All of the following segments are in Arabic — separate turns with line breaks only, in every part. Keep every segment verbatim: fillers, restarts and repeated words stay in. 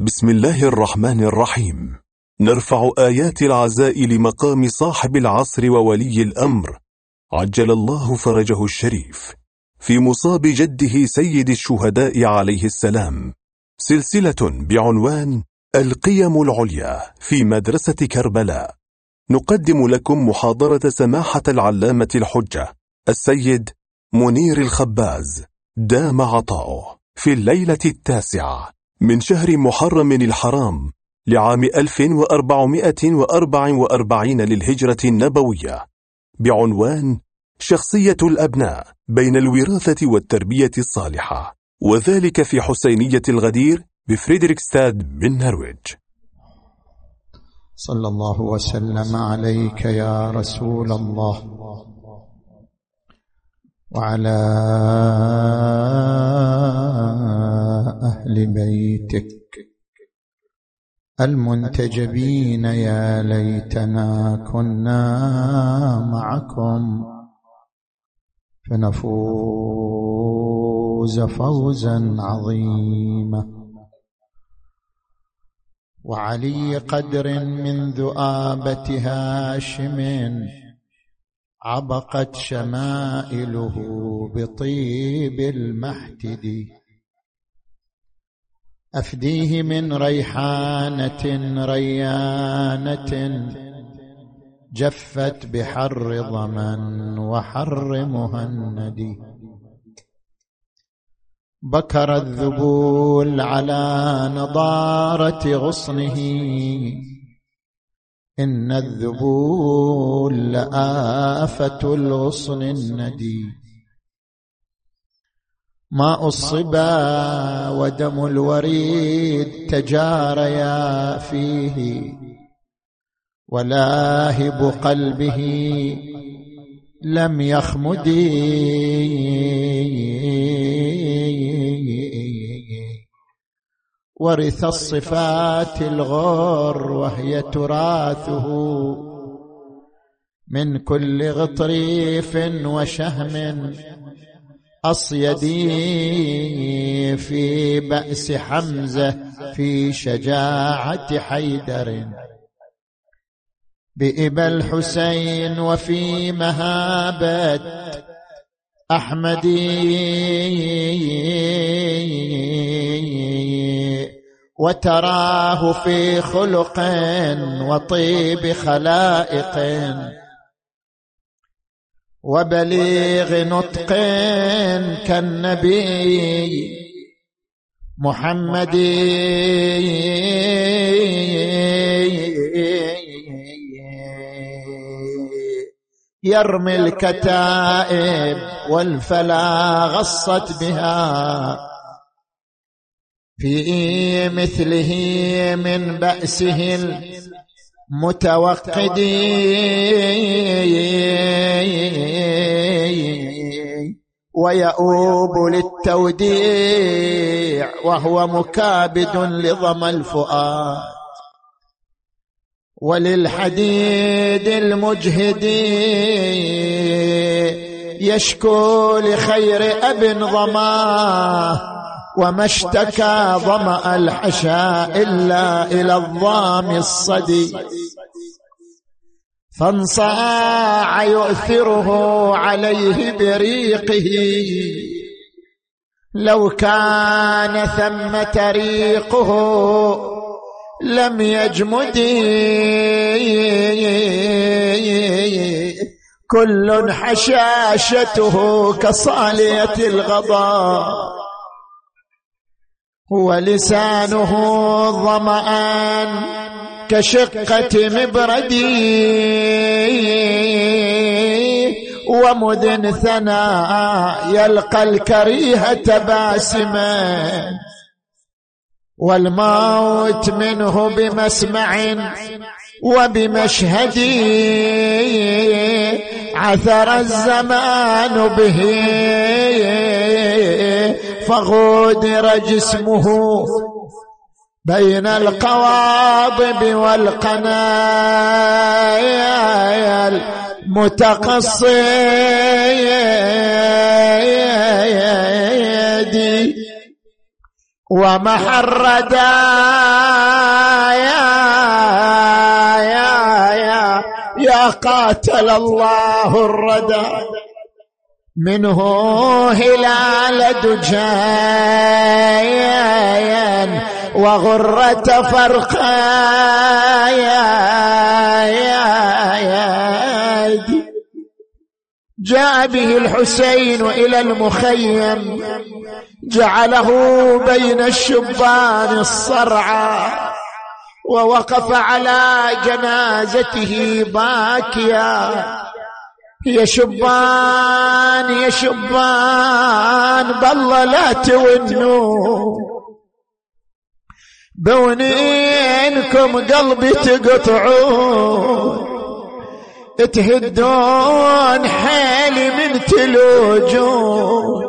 بسم الله الرحمن الرحيم. نرفع آيات العزاء لمقام صاحب العصر وولي الأمر عجل الله فرجه الشريف في مصاب جده سيد الشهداء عليه السلام، سلسلة بعنوان القيم العليا في مدرسة كربلاء. نقدم لكم محاضرة سماحة العلامة الحجة السيد منير الخباز دام عطاؤه في الليلة التاسعة من شهر محرم الحرام لعام ألف وأربعمائة وأربعة وأربعين للهجرة النبوية، بعنوان شخصية الأبناء بين الوراثة والتربية الصالحة، وذلك في حسينية الغدير بفريدريكستاد بالنرويج.
صلى الله وسلم عليك يا رسول الله وعلى أهل بيتك المنتجبين، يا ليتنا كنا معكم فنفوز فوزا عظيما. وعلي قدر من ذؤابة هاشم عبقت شمائله بطيب المحتدي، أفديه من ريحانة ريانة جفت بحر ضمن وحر مهندي. بكر الذبول على نضارة غصنه، إن الذبول لآفة الغصن الندي. ماء الصبا ودم الوريد تجاريا فيه، ولاهب قلبه لم يخمدي. ورث الصفات الغر وهي تراثه من كل غطريف وشهم أصيدي. في بأس حمزة في شجاعة حيدر، بإبا الحسين وفي مهابة أحمدي. وتراه في خلق وطيب خلائق وبليغ نطق كالنبي محمد. يرمي الكتائب والفلا غصت بها، في مثله من بأسه المتوقد. ويؤوب للتوديع وهو مكابد لظما الفؤاد، وللحديد المجهد يشكو لخير أب ظماه. وما اشتكى ظمأ الحشاء إلا إلى الظام الصدي، فانصاع يؤثره عليه بريقه. لو كان ثمة ريقه لم يجمد. كل حشاشته كصالية الغضاء، ولسانه ظمآن كشقة مبردي. ومذ ثنى يلقى الكريهة باسما، والموت منه بمسمع وبمشهد. عثر الزمان به فغودر جسمه بين القواضب والقنايا المتقصد. ومحر دار وقاتل الله الردى منه هلال دجايا وغرة فرقايا جاء به الحسين إلى المخيم جعله بين الشبان الصرعى ووقف على جنازته باكيا يا شبان يا شبان بالله لا تونوا بونينكم قلبي تقطعون تهدون حالي من تلوجون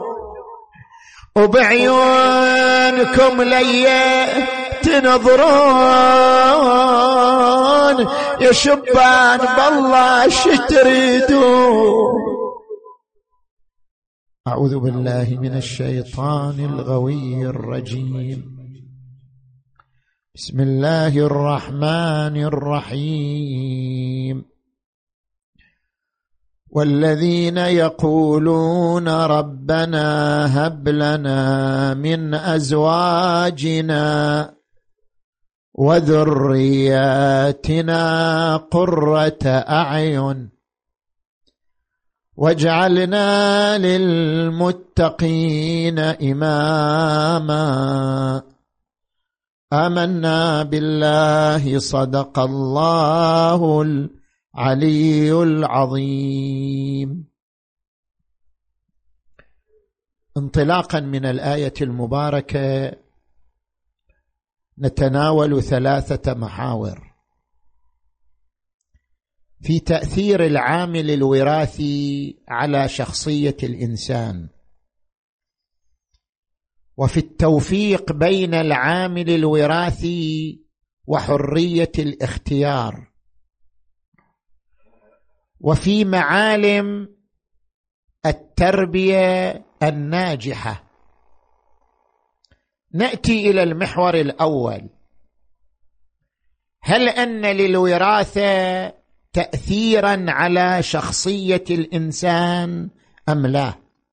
وبعيونكم لي تنظرون يا شبان بالله شتريدون. أعوذ بالله من الشيطان الغوي الرجيم. بسم الله الرحمن الرحيم. والذين يقولون ربنا هب لنا من أزواجنا وذرياتنا قرة أعين واجعلنا للمتقين إماما آمنا بالله صدق الله العلي العظيم. انطلاقا من الآية المباركة نتناول ثلاثة محاور في تأثير العامل الوراثي على شخصية الإنسان، وفي التوفيق بين العامل الوراثي وحرية الاختيار، وفي معالم التربية الناجحة. نأتي إلى المحور الأول: هل أن للوراثة تأثيرا على شخصية الإنسان أم لا؟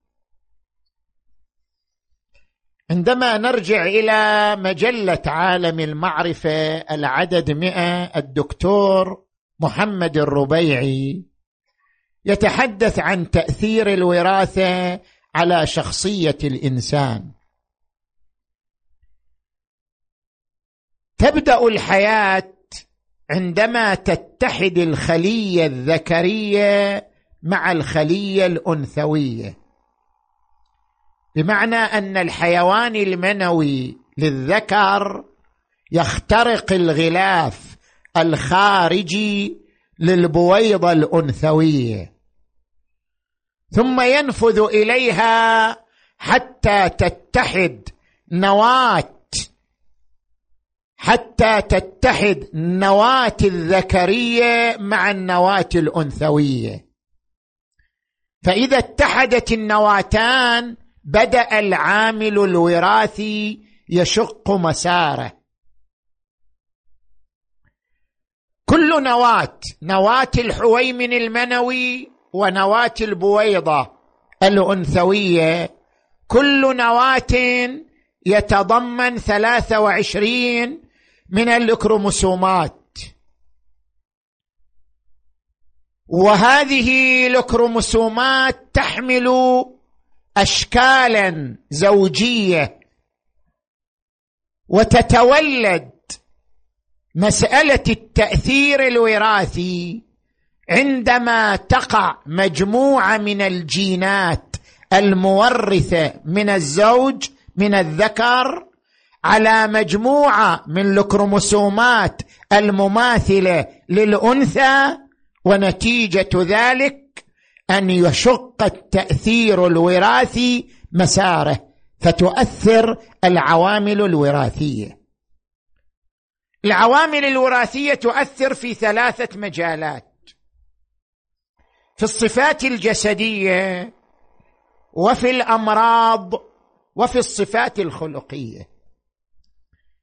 عندما نرجع إلى مجلة عالم المعرفة العدد مئة، الدكتور محمد الربيعي يتحدث عن تأثير الوراثة على شخصية الإنسان. تبدأ الحياة عندما تتحد الخلية الذكرية مع الخلية الأنثوية، بمعنى أن الحيوان المنوي للذكر يخترق الغلاف الخارجي للبويضة الأنثوية، ثم ينفذ إليها حتى تتحد نواة حتى تتحد النواة الذكرية مع النواة الأنثوية. فإذا اتحدت النواتان بدأ العامل الوراثي يشق مساره. كل نواة، نواة الحويمن المنوي ونواة البويضة الأنثوية، كل نواة يتضمن ثلاثة وعشرين من الكروموسومات، وهذه الكروموسومات تحمل أشكالا زوجية، وتتولد مسألة التأثير الوراثي عندما تقع مجموعة من الجينات المورثة من الزوج من الذكر على مجموعة من الكروموسومات المماثلة للأنثى، ونتيجة ذلك أن يشق التأثير الوراثي مساره، فتؤثر العوامل الوراثية. العوامل الوراثية تؤثر في ثلاثة مجالات: في الصفات الجسدية، وفي الأمراض، وفي الصفات الخلقية.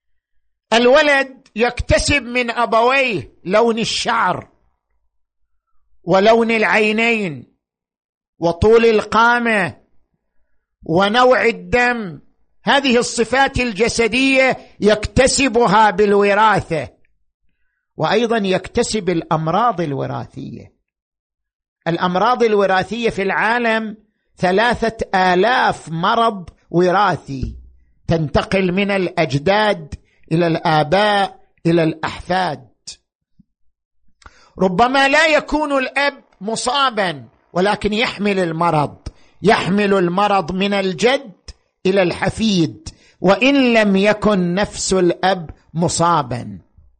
الولد يكتسب من أبويه لون الشعر
ولون العينين وطول القامة ونوع الدم. هذه الصفات الجسدية يكتسبها بالوراثة، وأيضا يكتسب الأمراض الوراثية. الأمراض الوراثية في العالم ثلاثة آلاف مرض وراثي تنتقل من الأجداد إلى الآباء إلى الأحفاد. ربما لا يكون الأب مصابا ولكن يحمل المرض، يحمل المرض من الجد إلى الحفيد وإن لم يكن نفس الأب مصابا.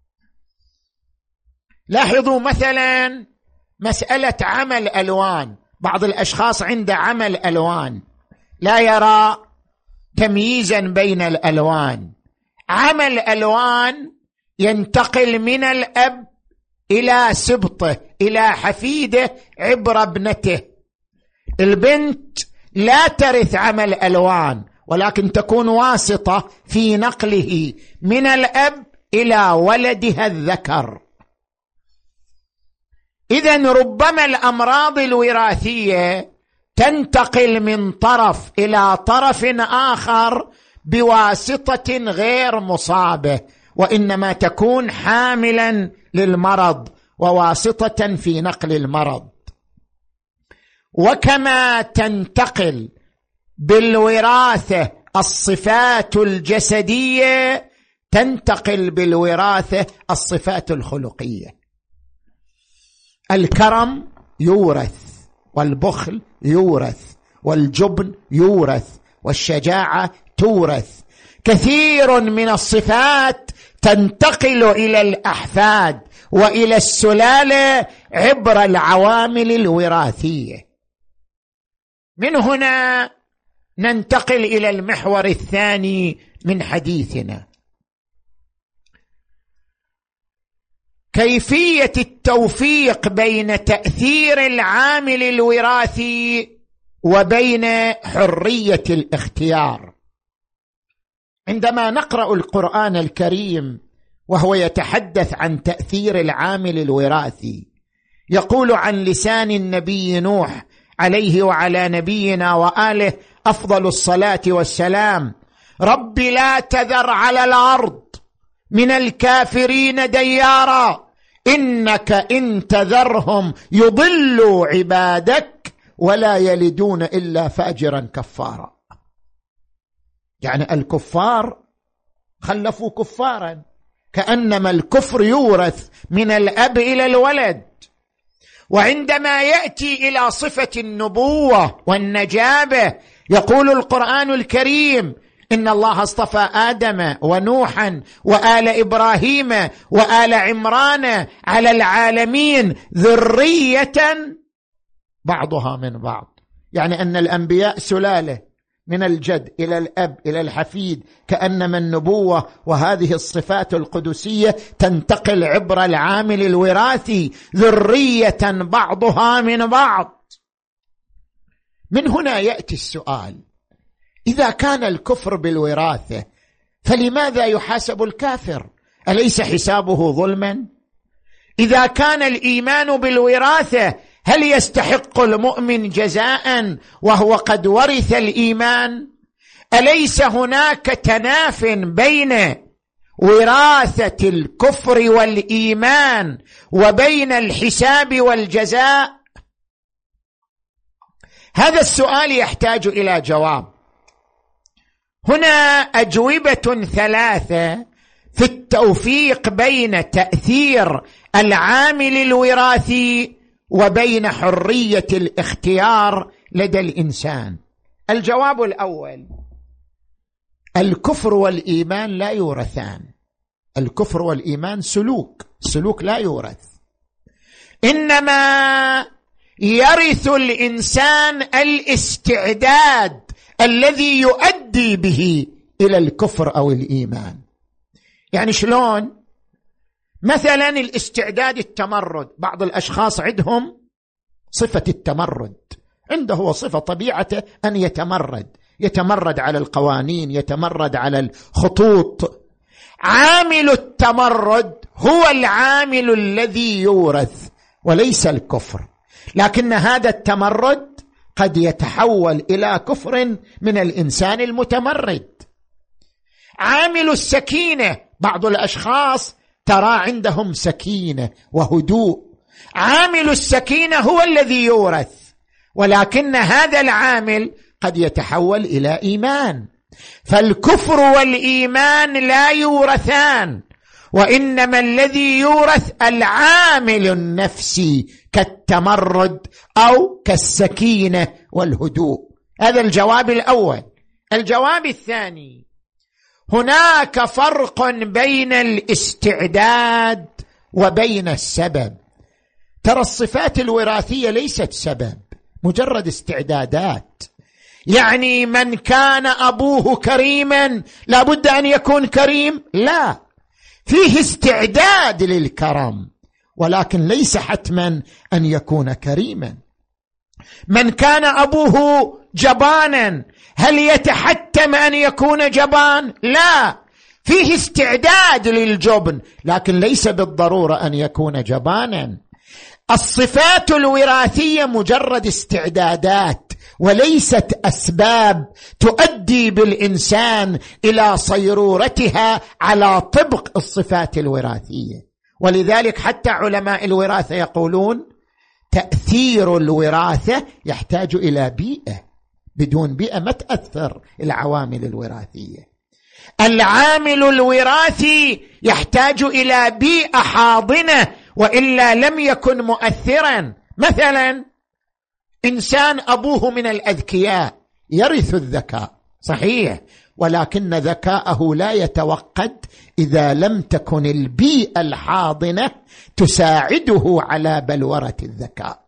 لاحظوا مثلا مسألة عمل ألوان. بعض الأشخاص عنده عمل ألوان لا يرى تمييزا بين الألوان. عمل ألوان ينتقل من الأب إلى سبطه إلى حفيده عبر ابنته. البنت لا ترث عمل ألوان ولكن تكون واسطة في نقله من الأب إلى ولدها الذكر. إذن ربما الأمراض الوراثية تنتقل من طرف إلى طرف آخر بواسطة غير مصابة، وإنما تكون حاملا للمرض وواسطة في نقل المرض. وكما تنتقل بالوراثة الصفات الجسدية تنتقل بالوراثة الصفات الخلقية. الكرم يورث، والبخل يورث، والجبن يورث، والشجاعة تورث. كثير من الصفات تنتقل إلى الأحفاد وإلى السلالة عبر العوامل الوراثية. من هنا ننتقل إلى المحور الثاني من حديثنا، كيفية التوفيق بين تأثير العامل الوراثي وبين حرية الاختيار. عندما نقرأ القرآن الكريم وهو يتحدث عن تأثير العامل الوراثي، يقول عن لسان النبي نوح عليه وعلى نبينا وآله أفضل الصلاة والسلام: رب لا تذر على الأرض من الكافرين ديارا إنك إن تذرهم يضلوا عبادك ولا يلدون إلا فاجرا كفارا. يعني الكفار خلفوا كفارا، كأنما الكفر يورث من الأب إلى الولد. وعندما يأتي إلى صفة النبوة والنجابة يقول القرآن الكريم: إن الله اصطفى آدم ونوحا وآل إبراهيم وآل عمران على العالمين ذرية بعضها من بعض. يعني أن الأنبياء سلالة من الجد إلى الأب إلى الحفيد، كأنما النبوة وهذه الصفات القدسية تنتقل عبر العامل الوراثي ذرية بعضها من بعض. من هنا يأتي السؤال: إذا كان الكفر بالوراثة فلماذا يحاسب الكافر؟ أليس حسابه ظلما؟ إذا كان الإيمان بالوراثة هل يستحق المؤمن جزاء وهو قد ورث الإيمان؟ أليس هناك تناف بين وراثة الكفر والإيمان وبين الحساب والجزاء؟ هذا السؤال يحتاج إلى جواب. هنا أجوبة ثلاثة في التوفيق بين تأثير العامل الوراثي وبين حرية الاختيار لدى الإنسان. الجواب الأول: الكفر والإيمان لا يورثان. الكفر والإيمان سلوك، سلوك لا يورث، إنما يرث الإنسان الاستعداد الذي يؤدي به إلى الكفر أو الإيمان. يعني شلون؟ مثلا الاستعداد التمرد. بعض الأشخاص عندهم صفة التمرد، عنده هو صفة طبيعته أن يتمرد، يتمرد على القوانين، يتمرد على الخطوط. عامل التمرد هو العامل الذي يورث. وليس الكفر، لكن هذا التمرد قد يتحول إلى كفر من الإنسان المتمرد. عامل السكينة، بعض الأشخاص ترى عندهم سكينة وهدوء، عامل السكينة هو الذي يورث، ولكن هذا العامل قد يتحول إلى إيمان. فالكفر والإيمان لا يورثان، وإنما الذي يورث العامل النفسي كالتمرد أو كالسكينة والهدوء. هذا الجواب الأول. الجواب الثاني، هناك فرق بين الاستعداد وبين السبب. ترى الصفات الوراثية ليست سبب، مجرد استعدادات. يعني من كان أبوه كريما لابد أن يكون كريم؟ لا، فيه استعداد للكرم، ولكن ليس حتما أن يكون كريما. من كان أبوه جبانا هل يتحتم أن يكون جبان؟ لا، فيه استعداد للجبن، لكن ليس بالضرورة أن يكون جبانا. الصفات الوراثية مجرد استعدادات وليست أسباب تؤدي بالإنسان إلى صيرورتها على طبق الصفات الوراثية. ولذلك حتى علماء الوراثة يقولون تأثير الوراثة يحتاج إلى بيئة، بدون بيئة ما تأثر العوامل الوراثية. العامل الوراثي يحتاج إلى بيئة حاضنة، وإلا لم يكن مؤثرا. مثلا إنسان أبوه من الأذكياء يرث الذكاء صحيح، ولكن ذكاءه لا يتوقد إذا لم تكن البيئة الحاضنة تساعده على بلورة الذكاء.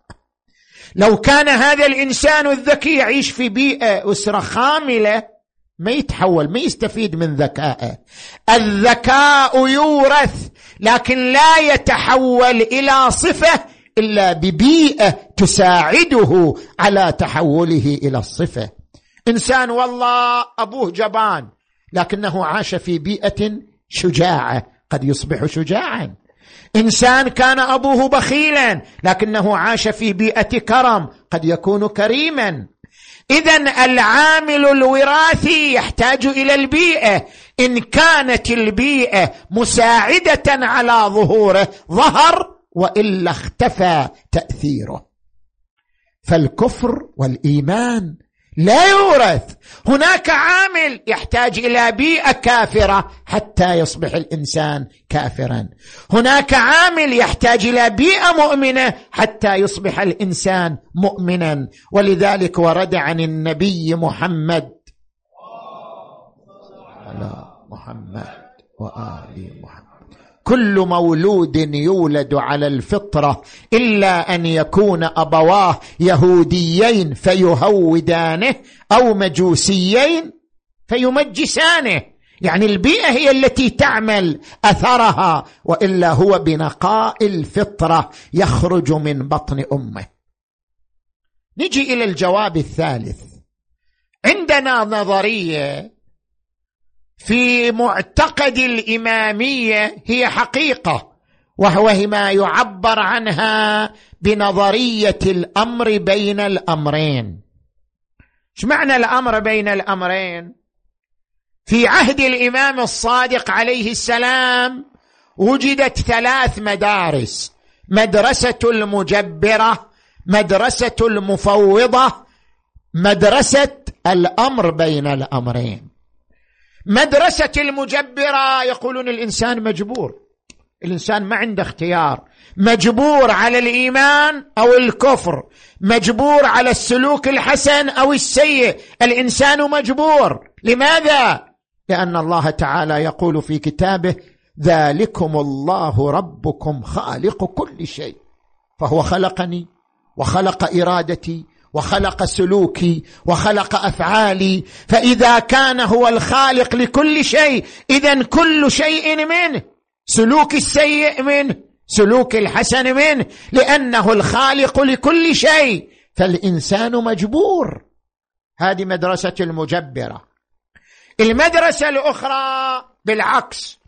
لو كان هذا الإنسان الذكي يعيش في بيئة أسرة خاملة ما يتحول، ما يستفيد من ذكائه. الذكاء يورث، لكن لا يتحول إلى صفة إلا ببيئة تساعده على تحوله إلى الصفة. إنسان والله أبوه جبان لكنه عاش في بيئة شجاعة قد يصبح شجاعا. إنسان كان أبوه بخيلا لكنه عاش في بيئة كرم قد يكون كريما. إذن العامل الوراثي يحتاج إلى البيئة، إن كانت البيئة مساعدة على ظهوره ظهر، وإلا اختفى تأثيره. فالكفر والإيمان لا يورث، هناك عامل يحتاج إلى بيئة كافرة حتى يصبح الإنسان كافرا، هناك عامل يحتاج إلى بيئة مؤمنة حتى يصبح الإنسان مؤمنا. ولذلك ورد عن النبي محمد على محمد وآل محمد كل مولود يولد على الفطرة إلا أن يكون أبواه يهوديين فيهودانه أو مجوسيين فيمجسانه. يعني البيئة هي التي تعمل أثرها، وإلا هو بنقاء الفطرة يخرج من بطن أمه. نجي إلى الجواب الثالث. عندنا نظرية في معتقد الإمامية هي حقيقة، وهو ما يعبر عنها بنظرية الأمر بين الأمرين. ايش معنى الأمر بين الأمرين؟ في عهد الإمام الصادق عليه السلام وجدت ثلاث مدارس: مدرسة المجبرة، مدرسة المفوضة، مدرسة الأمر بين الأمرين. مدرسة المجبرة يقولون الإنسان مجبور، الإنسان ما عنده اختيار، مجبور على الإيمان أو الكفر، مجبور على السلوك الحسن أو السيء، الإنسان مجبور. لماذا؟ لأن الله تعالى يقول في كتابه: ذلكم الله ربكم خالق كل شيء، فهو خلقني وخلق إرادتي وخلق سلوكي وخلق أفعالي. فإذا كان هو الخالق لكل شيء، إذن كل شيء منه، سلوك السيء منه، سلوك الحسن منه، لأنه الخالق لكل شيء، فالإنسان مجبور. هذه مدرسة المجبرة. المدرسة الأخرى بالعكس،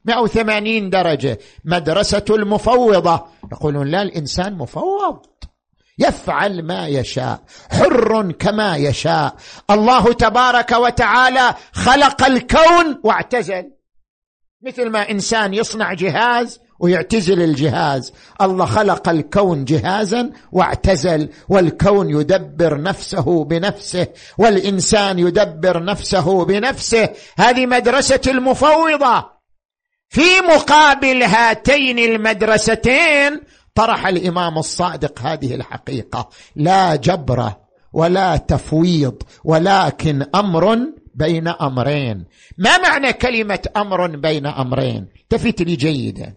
مئة وثمانين درجة. مدرسة المفوضة يقولون لا، الإنسان مفوض، يفعل ما يشاء، حر كما يشاء. الله تبارك وتعالى خلق الكون واعتزل، مثل ما إنسان يصنع جهاز ويعتزل الجهاز، الله خلق الكون جهازا واعتزل، والكون يدبر نفسه بنفسه، والإنسان يدبر نفسه بنفسه. هذه مدرسة المفوضة. في مقابل هاتين المدرستين طرح الإمام الصادق هذه الحقيقة: لا جبر ولا تفويض، ولكن أمر بين أمرين. ما معنى كلمة أمر بين أمرين؟ التفت لي جيدا.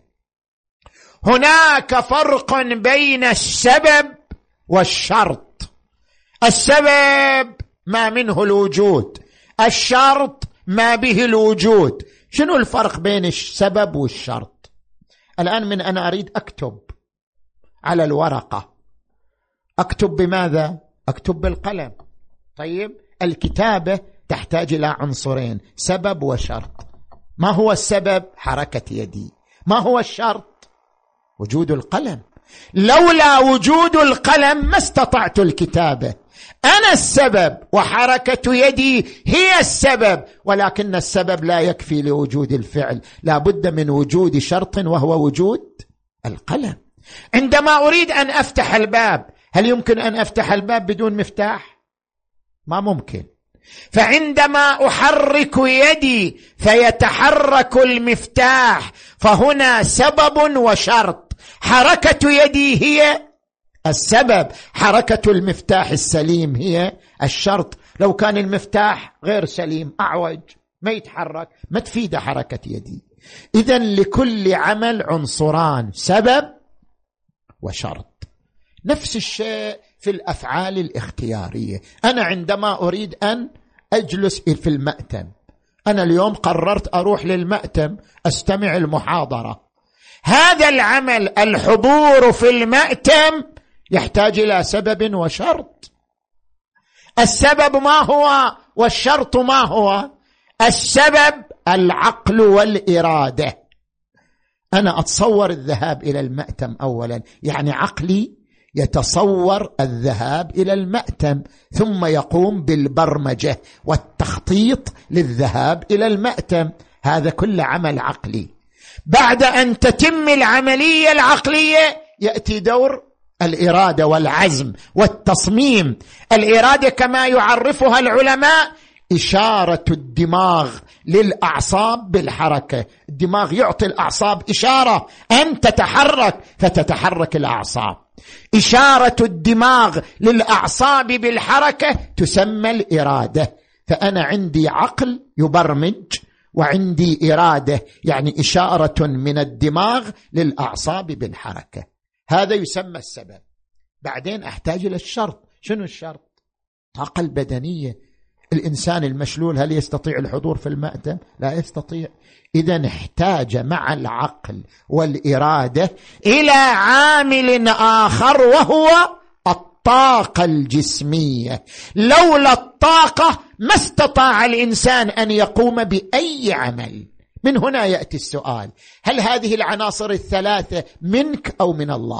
هناك فرق بين السبب والشرط. السبب ما منه الوجود، الشرط ما به الوجود. شنو الفرق بين السبب والشرط؟ الآن من أنا أريد أكتب على الورقة، أكتب بماذا؟ أكتب بالقلم. طيب، الكتابة تحتاج إلى عنصرين: سبب وشرط. ما هو السبب؟ حركة يدي. ما هو الشرط؟ وجود القلم. لولا وجود القلم ما استطعت الكتابة. أنا السبب وحركة يدي هي السبب، ولكن السبب لا يكفي لوجود الفعل، لا بد من وجود شرط وهو وجود القلم. عندما أريد أن أفتح الباب، هل يمكن أن أفتح الباب بدون مفتاح؟ ما ممكن. فعندما أحرك يدي فيتحرك المفتاح، فهنا سبب وشرط. حركة يدي هي السبب، حركة المفتاح السليم هي الشرط. لو كان المفتاح غير سليم، أعوج، ما يتحرك، ما تفيد حركة يدي. إذن لكل عمل عنصران: سبب وشرط. نفس الشيء في الأفعال الاختيارية. أنا عندما أريد أن أجلس في المأتم، أنا اليوم قررت أروح للمأتم أستمع المحاضرة، هذا العمل الحضور في المأتم يحتاج إلى سبب وشرط. السبب ما هو والشرط ما هو؟ السبب العقل والإرادة. أنا أتصور الذهاب إلى المأتم أولا، يعني عقلي يتصور الذهاب إلى المأتم، ثم يقوم بالبرمجة والتخطيط للذهاب إلى المأتم. هذا كل عمل عقلي. بعد أن تتم العملية العقلية يأتي دور الإرادة والعزم والتصميم. الإرادة كما يعرفها العلماء إشارة الدماغ للأعصاب بالحركة. الدماغ يعطي الأعصاب إشارة أن تتحرك فتتحرك الأعصاب. إشارة الدماغ للأعصاب بالحركة تسمى الإرادة. فأنا عندي عقل يبرمج، وعندي إرادة يعني إشارة من الدماغ للأعصاب بالحركة. هذا يسمى السبب. بعدين أحتاج إلى الشرط. شنو الشرط؟ الطاقة البدنية. الإنسان المشلول هل يستطيع الحضور في المأتم؟ لا يستطيع. إذن احتاج مع العقل والإرادة إلى عامل آخر وهو الطاقة الجسمية. لولا الطاقة ما استطاع الإنسان أن يقوم بأي عمل. من هنا يأتي السؤال: هل هذه العناصر الثلاثة منك أو من الله؟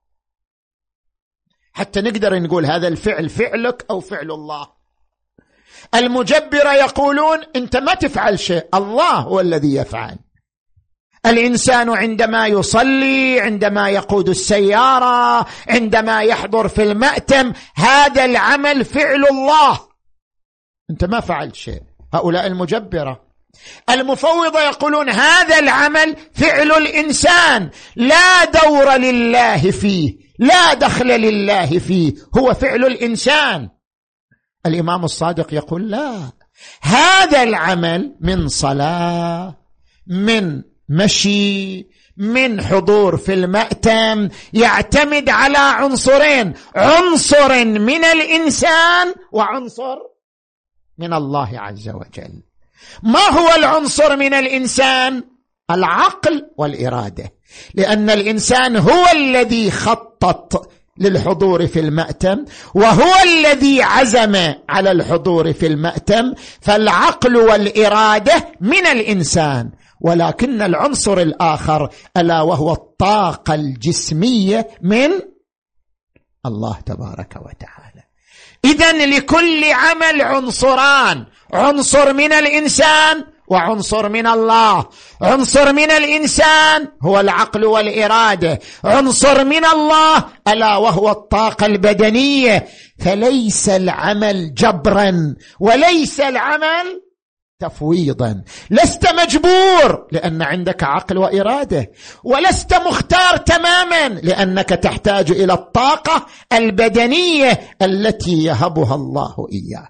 حتى نقدر نقول هذا الفعل فعلك أو فعل الله. المجبرة يقولون أنت ما تفعل شيء، الله هو الذي يفعل. الإنسان عندما يصلي، عندما يقود السيارة، عندما يحضر في المأتم، هذا العمل فعل الله، أنت ما فعلت شيء. هؤلاء المجبرة. المفوضة يقولون هذا العمل فعل الإنسان، لا دور لله فيه، لا دخل لله فيه، هو فعل الإنسان. الإمام الصادق يقول لا، هذا العمل من صلاة، من مشي، من حضور في المأتم، يعتمد على عنصرين: عنصر من الإنسان وعنصر من الله عز وجل. ما هو العنصر من الإنسان؟ العقل والإرادة، لأن الإنسان هو الذي خطط للحضور في المأتم، وهو الذي عزم على الحضور في المأتم. فالعقل والإرادة من الإنسان، ولكن العنصر الآخر ألا وهو الطاقة الجسمية من الله تبارك وتعالى. إذن لكل عمل عنصران، عنصر من الإنسان وعنصر من الله. عنصر من الإنسان هو العقل والإرادة، عنصر من الله ألا وهو الطاقة البدنية. فليس العمل جبرا وليس العمل تفويضا. لست مجبور لأن عندك عقل وإرادة، ولست مختار تماما لأنك تحتاج إلى الطاقة البدنية التي يهبها الله إياه.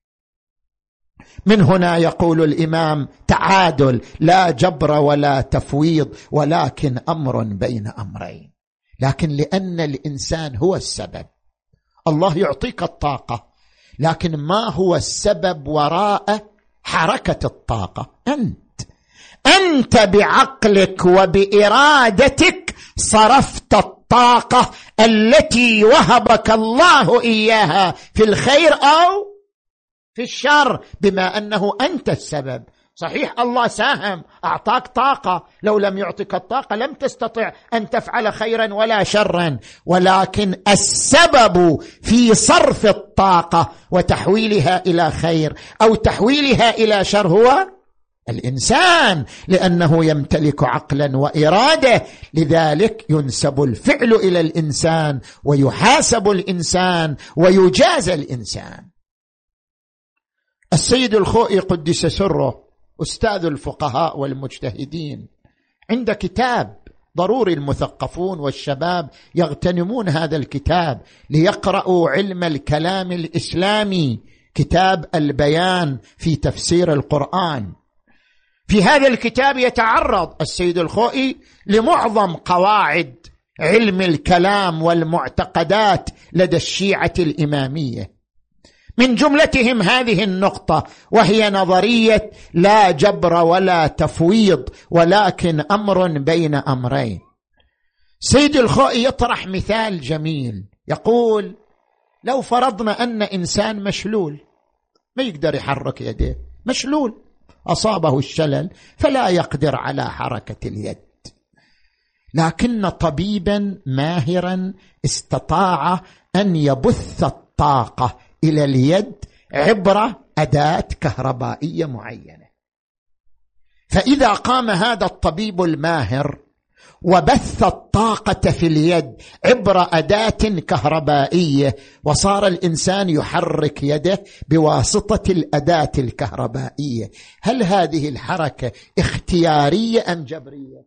من هنا يقول الإمام تعادل، لا جبر ولا تفويض ولكن أمر بين أمرين. لكن لأن الإنسان هو السبب، الله يعطيك الطاقة، لكن ما هو السبب وراء حركة الطاقة؟ أنت أنت بعقلك وبإرادتك صرفت الطاقة التي وهبك الله إياها في الخير أو في الشر، بما أنه أنت السبب. صحيح الله ساهم، أعطاك طاقة، لو لم يعطيك الطاقة لم تستطع أن تفعل خيرا ولا شرا، ولكن السبب في صرف الطاقة وتحويلها إلى خير أو تحويلها إلى شر هو الإنسان، لأنه يمتلك عقلا وإرادة. لذلك ينسب الفعل إلى الإنسان ويحاسب الإنسان ويجازى الإنسان. السيد الخوئي قدس سره أستاذ الفقهاء والمجتهدين عند كتاب ضروري المثقفون والشباب يغتنمون هذا الكتاب ليقرأوا علم الكلام الإسلامي، كتاب البيان في تفسير القرآن. في هذا الكتاب يتعرض السيد الخوئي لمعظم قواعد علم الكلام والمعتقدات لدى الشيعة الإمامية، من جملتهم هذه النقطة، وهي نظرية لا جبر ولا تفويض ولكن أمر بين أمرين. سيد الخوئي يطرح مثال جميل، يقول لو فرضنا أن إنسان مشلول ما يقدر يحرك يده، مشلول أصابه الشلل فلا يقدر على حركة اليد، لكن طبيبا ماهرا استطاع أن يبث الطاقة إلى اليد عبر أداة كهربائية معينة. فإذا قام هذا الطبيب الماهر وبث الطاقة في اليد عبر أداة كهربائية وصار الإنسان يحرك يده بواسطة الأداة الكهربائية، هل هذه الحركة اختيارية أم جبرية؟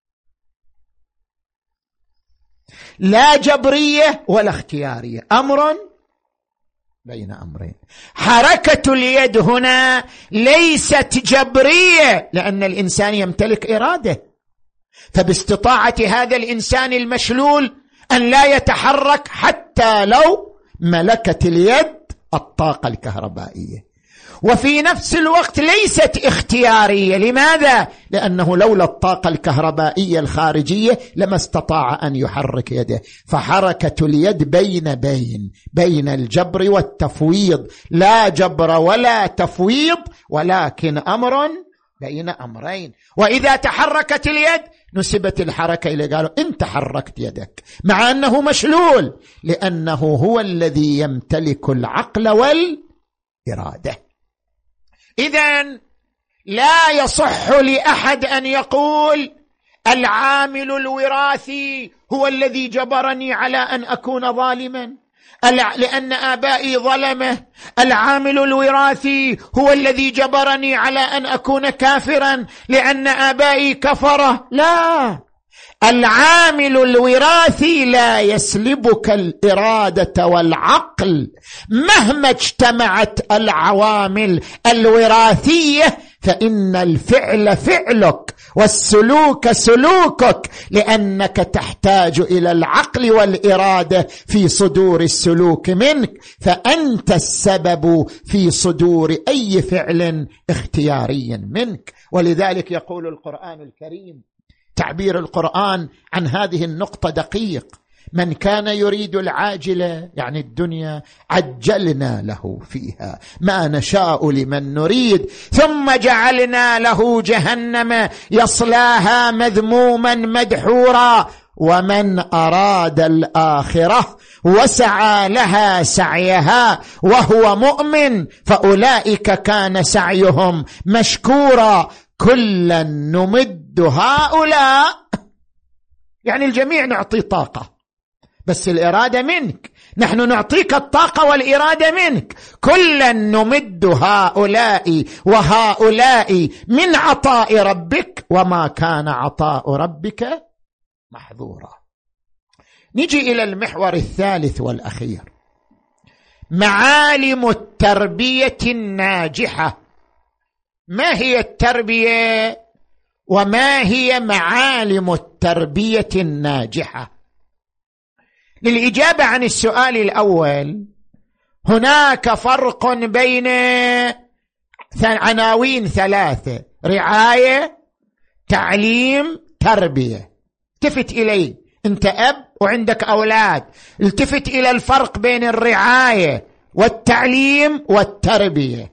لا جبرية ولا اختيارية، أمر بين أمرين. حركة اليد هنا ليست جبرية لأن الإنسان يمتلك إرادة، فباستطاعة هذا الإنسان المشلول أن لا يتحرك حتى لو ملكت اليد الطاقة الكهربائية. وفي نفس الوقت ليست اختيارية، لماذا؟ لأنه لولا الطاقة الكهربائية الخارجية لما استطاع أن يحرك يده. فحركة اليد بين بين بين الجبر والتفويض، لا جبر ولا تفويض ولكن أمر بين أمرين. وإذا تحركت اليد نسبت الحركة إلى قالوا أنت حركت يدك، مع أنه مشلول، لأنه هو الذي يمتلك العقل والإرادة. إذن لا يصح لأحد أن يقول العامل الوراثي هو الذي جبرني على أن أكون ظالما لأن آبائي ظلمه، العامل الوراثي هو الذي جبرني على أن أكون كافرا لأن آبائي كفره. لا، العامل الوراثي لا يسلبك الإرادة والعقل مهما اجتمعت العوامل الوراثية، فإن الفعل فعلك والسلوك سلوكك، لأنك تحتاج إلى العقل والإرادة في صدور السلوك منك، فأنت السبب في صدور أي فعل اختياري منك. ولذلك يقول القرآن الكريم، تعبير القرآن عن هذه النقطة دقيق، من كان يريد العاجلة يعني الدنيا عجلنا له فيها ما نشاء لمن نريد ثم جعلنا له جهنم يصلاها مذموما مدحورا ومن أراد الآخرة وسعى لها سعيها وهو مؤمن فأولئك كان سعيهم مشكورا كلا نمد هؤلاء يعني الجميع نعطي طاقة بس الإرادة منك نحن نعطيك الطاقة والإرادة منك كلا نمد هؤلاء وهؤلاء من عطاء ربك وما كان عطاء ربك محظورا. نجي إلى المحور الثالث والأخير معالم التربية الناجحة. ما هي التربية وما هي معالم التربية الناجحة؟ للإجابة عن السؤال الأول هناك فرق بين عناوين ثلاثة: رعاية، تعليم، تربية. التفت إلي، أنت أب وعندك أولاد، التفت إلى الفرق بين الرعاية والتعليم والتربية.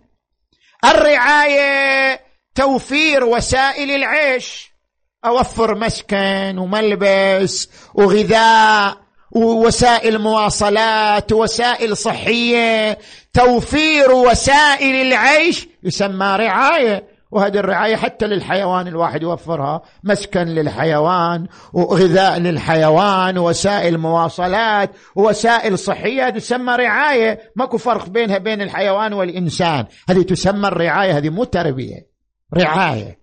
الرعاية توفير وسائل العيش، أوفر مسكن وملبس وغذاء ووسائل مواصلات ووسائل صحية. توفير وسائل العيش يسمى رعاية، وهذه الرعاية حتى للحيوان الواحد يوفرها، مسكن للحيوان وغذاء للحيوان ووسائل مواصلات ووسائل صحية، هذه تسمى رعاية. ماكو فرق بينها بين الحيوان والإنسان، هذه تسمى الرعاية، هذه مو تربية، رعاية.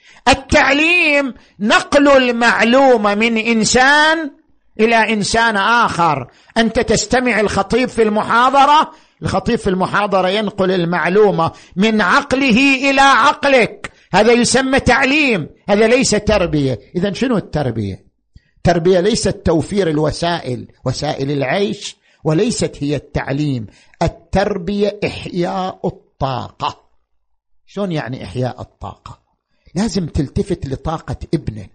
التعليم نقل المعلومة من إنسان إلى إنسان آخر. أنت تستمع الخطيب في المحاضرة، الخطيب في المحاضرة ينقل المعلومة من عقله إلى عقلك، هذا يسمى تعليم، هذا ليس تربية. إذن شنو التربية؟ التربية ليست توفير الوسائل، وسائل العيش، وليست هي التعليم. التربية إحياء الطاقة. شلون يعني إحياء الطاقة؟ لازم تلتفت لطاقة ابنك.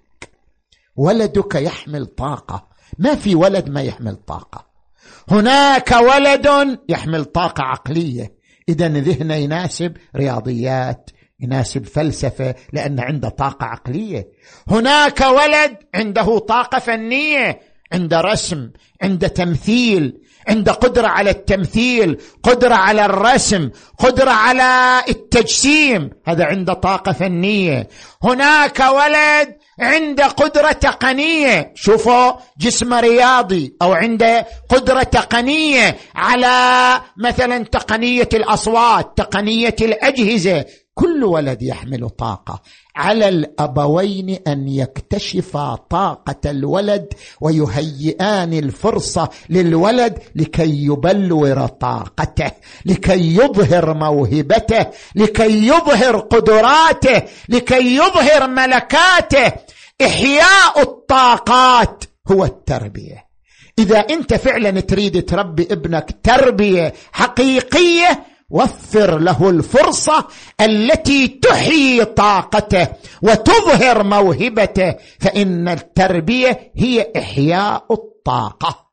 ولدك يحمل طاقة، ما في ولد ما يحمل طاقة. هناك ولد يحمل طاقة عقلية، إذن ذهنه يناسب رياضيات، يناسب فلسفة، لأن عنده طاقة عقلية. هناك ولد عنده طاقة فنية، عنده رسم، عنده تمثيل، عنده قدرة على التمثيل، قدرة على الرسم، قدرة على التجسيم، هذا عنده طاقة فنية. هناك ولد عنده قدرة تقنية، شوفوا جسم رياضي، أو عنده قدرة تقنية على مثلا تقنية الأصوات، تقنية الأجهزة. كل ولد يحمل طاقة. على الأبوين أن يكتشفا طاقة الولد ويهيئان الفرصة للولد لكي يبلور طاقته، لكي يظهر موهبته، لكي يظهر قدراته، لكي يظهر ملكاته. إحياء الطاقات هو التربية. إذا أنت فعلا تريد تربي ابنك تربية حقيقية، وفر له الفرصة التي تحيي طاقته وتظهر موهبته، فإن التربية هي إحياء الطاقة.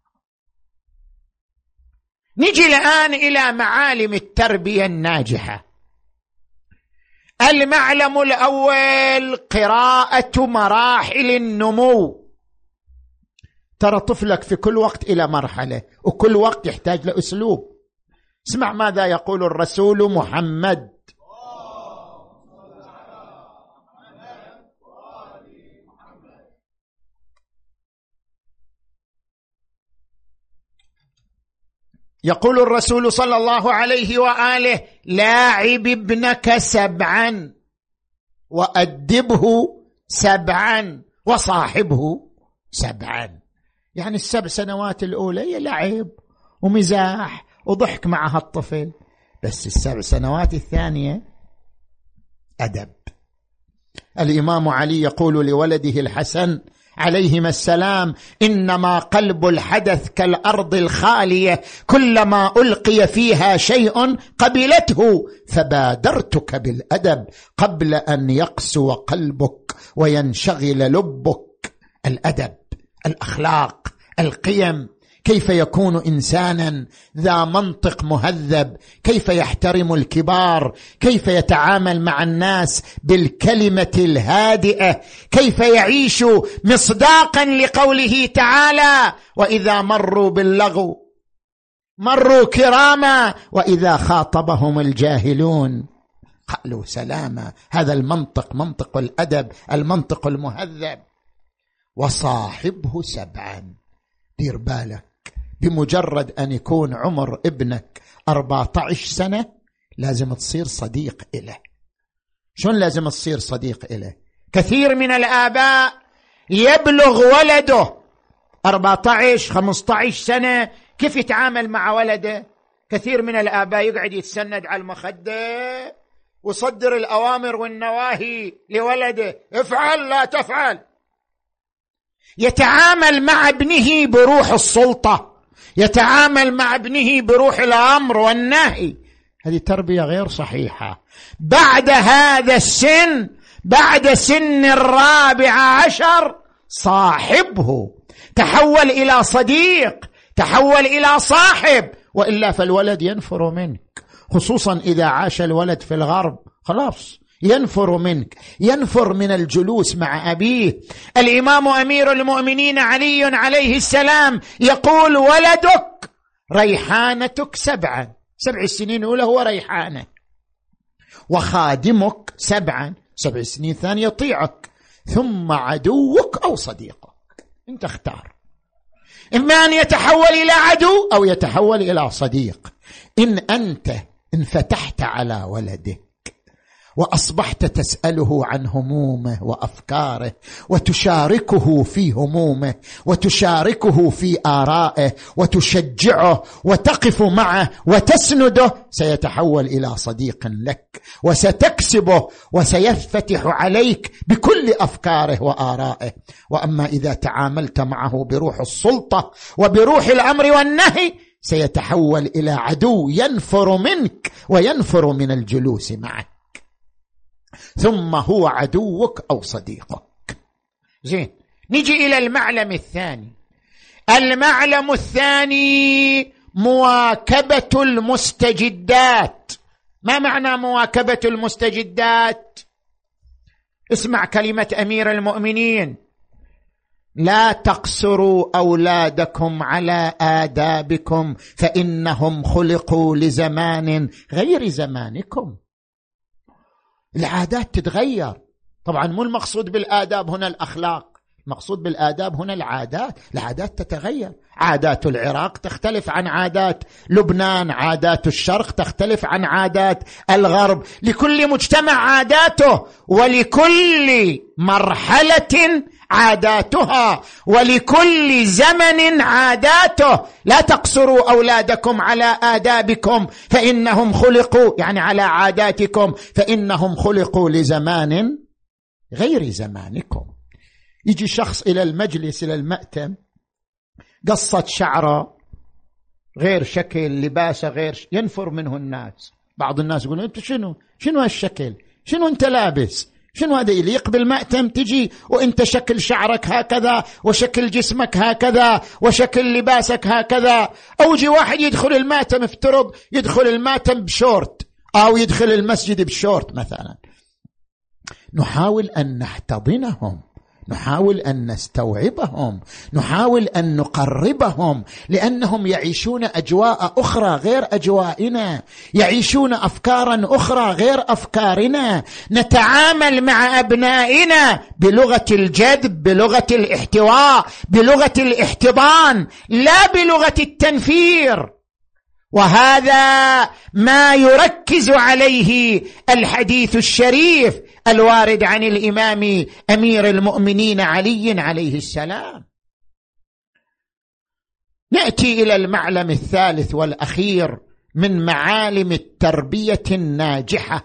نجي الآن إلى معالم التربية الناجحة. المعلم الأول قراءة مراحل النمو. ترى طفلك في كل وقت إلى مرحلة، وكل وقت يحتاج لأسلوب. اسمع ماذا يقول الرسول محمد: يقول الرسول صلى الله عليه وآله: لاعب ابنك سبعا وأدبه سبعا وصاحبه سبعا. يعني السبع سنوات الأولى هي لعب ومزاح وضحك مع هالطفل، بس السبع سنوات الثانية أدب. الإمام علي يقول لولده الحسن عليهما السلام: إنما قلب الحدث كالأرض الخالية، كلما ألقي فيها شيء قبلته، فبادرتك بالأدب قبل أن يقسو قلبك وينشغل لبك. الأدب، الأخلاق، القيم، كيف يكون إنسانا ذا منطق مهذب، كيف يحترم الكبار، كيف يتعامل مع الناس بالكلمة الهادئة، كيف يعيش مصداقا لقوله تعالى: وإذا مروا باللغو مروا كراما وإذا خاطبهم الجاهلون قالوا سلاما. هذا المنطق، منطق الأدب، المنطق المهذب. وصاحبه سبعا، دير بالك، بمجرد أن يكون عمر ابنك أربعة عشر سنة لازم تصير صديق إله. شلون لازم تصير صديق إله؟ كثير من الآباء يبلغ ولده أربعة عشر خمسة عشر سنة، كيف يتعامل مع ولده؟ كثير من الآباء يقعد يتسند على المخدة وصدر الأوامر والنواهي لولده: افعل لا تفعل. يتعامل مع ابنه بروح السلطة، يتعامل مع ابنه بروح الأمر والنهي. هذه تربية غير صحيحة. بعد هذا السن، بعد سن الرابع عشر، صاحبه، تحول إلى صديق، تحول إلى صاحب، وإلا فالولد ينفر منك، خصوصا إذا عاش الولد في الغرب، خلاص ينفر منك، ينفر من الجلوس مع أبيه. الإمام أمير المؤمنين علي عليه السلام يقول: ولدك ريحانتك سبعا، سبع سنين الأولى هو ريحانة، وخادمك سبعا، سبع سنين ثانية يطيعك، ثم عدوك أو صديقك. انت اختار، إما أن يتحول إلى عدو أو يتحول إلى صديق. إن أنت انفتحت على ولدك وأصبحت تسأله عن همومه وأفكاره، وتشاركه في همومه، وتشاركه في آرائه، وتشجعه، وتقف معه وتسنده، سيتحول إلى صديق لك، وستكسبه، وسيفتح عليك بكل أفكاره وآرائه. وأما إذا تعاملت معه بروح السلطة وبروح الأمر والنهي، سيتحول إلى عدو ينفر منك وينفر من الجلوس معك، ثم هو عدوك أو صديقك. زين، نجي إلى المعلم الثاني. المعلم الثاني مواكبة المستجدات. ما معنى مواكبة المستجدات؟ اسمع كلمة أمير المؤمنين: لا تقصروا أولادكم على آدابكم فإنهم خلقوا لزمان غير زمانكم. العادات تتغير. طبعا مو المقصود بالآداب هنا الأخلاق، المقصود بالآداب هنا العادات. العادات تتغير، عادات العراق تختلف عن عادات لبنان، عادات الشرق تختلف عن عادات الغرب. لكل مجتمع عاداته، ولكل مرحلة عاداتها، ولكل زمن عاداته. لا تقصروا أولادكم على آدابكم فإنهم خلقوا، يعني على عاداتكم، فإنهم خلقوا لزمان غير زمانكم. يجي شخص إلى المجلس، إلى المأتم، قصة شعره غير شكل، لباسه غير ش... ينفر منه الناس. بعض الناس يقولون: أنت شنو شنو هالشكل، شنو أنت لابس، شنو هذا يليق بالمأتم تجي وانت شكل شعرك هكذا، وشكل جسمك هكذا، وشكل لباسك هكذا؟ او يجي واحد يدخل المأتم، افترض يدخل المأتم بشورت، او يدخل المسجد بشورت مثلا. نحاول ان نحتضنهم، نحاول أن نستوعبهم، نحاول أن نقربهم، لأنهم يعيشون أجواء أخرى غير أجوائنا، يعيشون أفكارا أخرى غير أفكارنا. نتعامل مع أبنائنا بلغة الجذب، بلغة الاحتواء، بلغة الاحتضان، لا بلغة التنفير. وهذا ما يركز عليه الحديث الشريف الوارد عن الإمام أمير المؤمنين علي عليه السلام. نأتي إلى المعلم الثالث والأخير من معالم التربية الناجحة: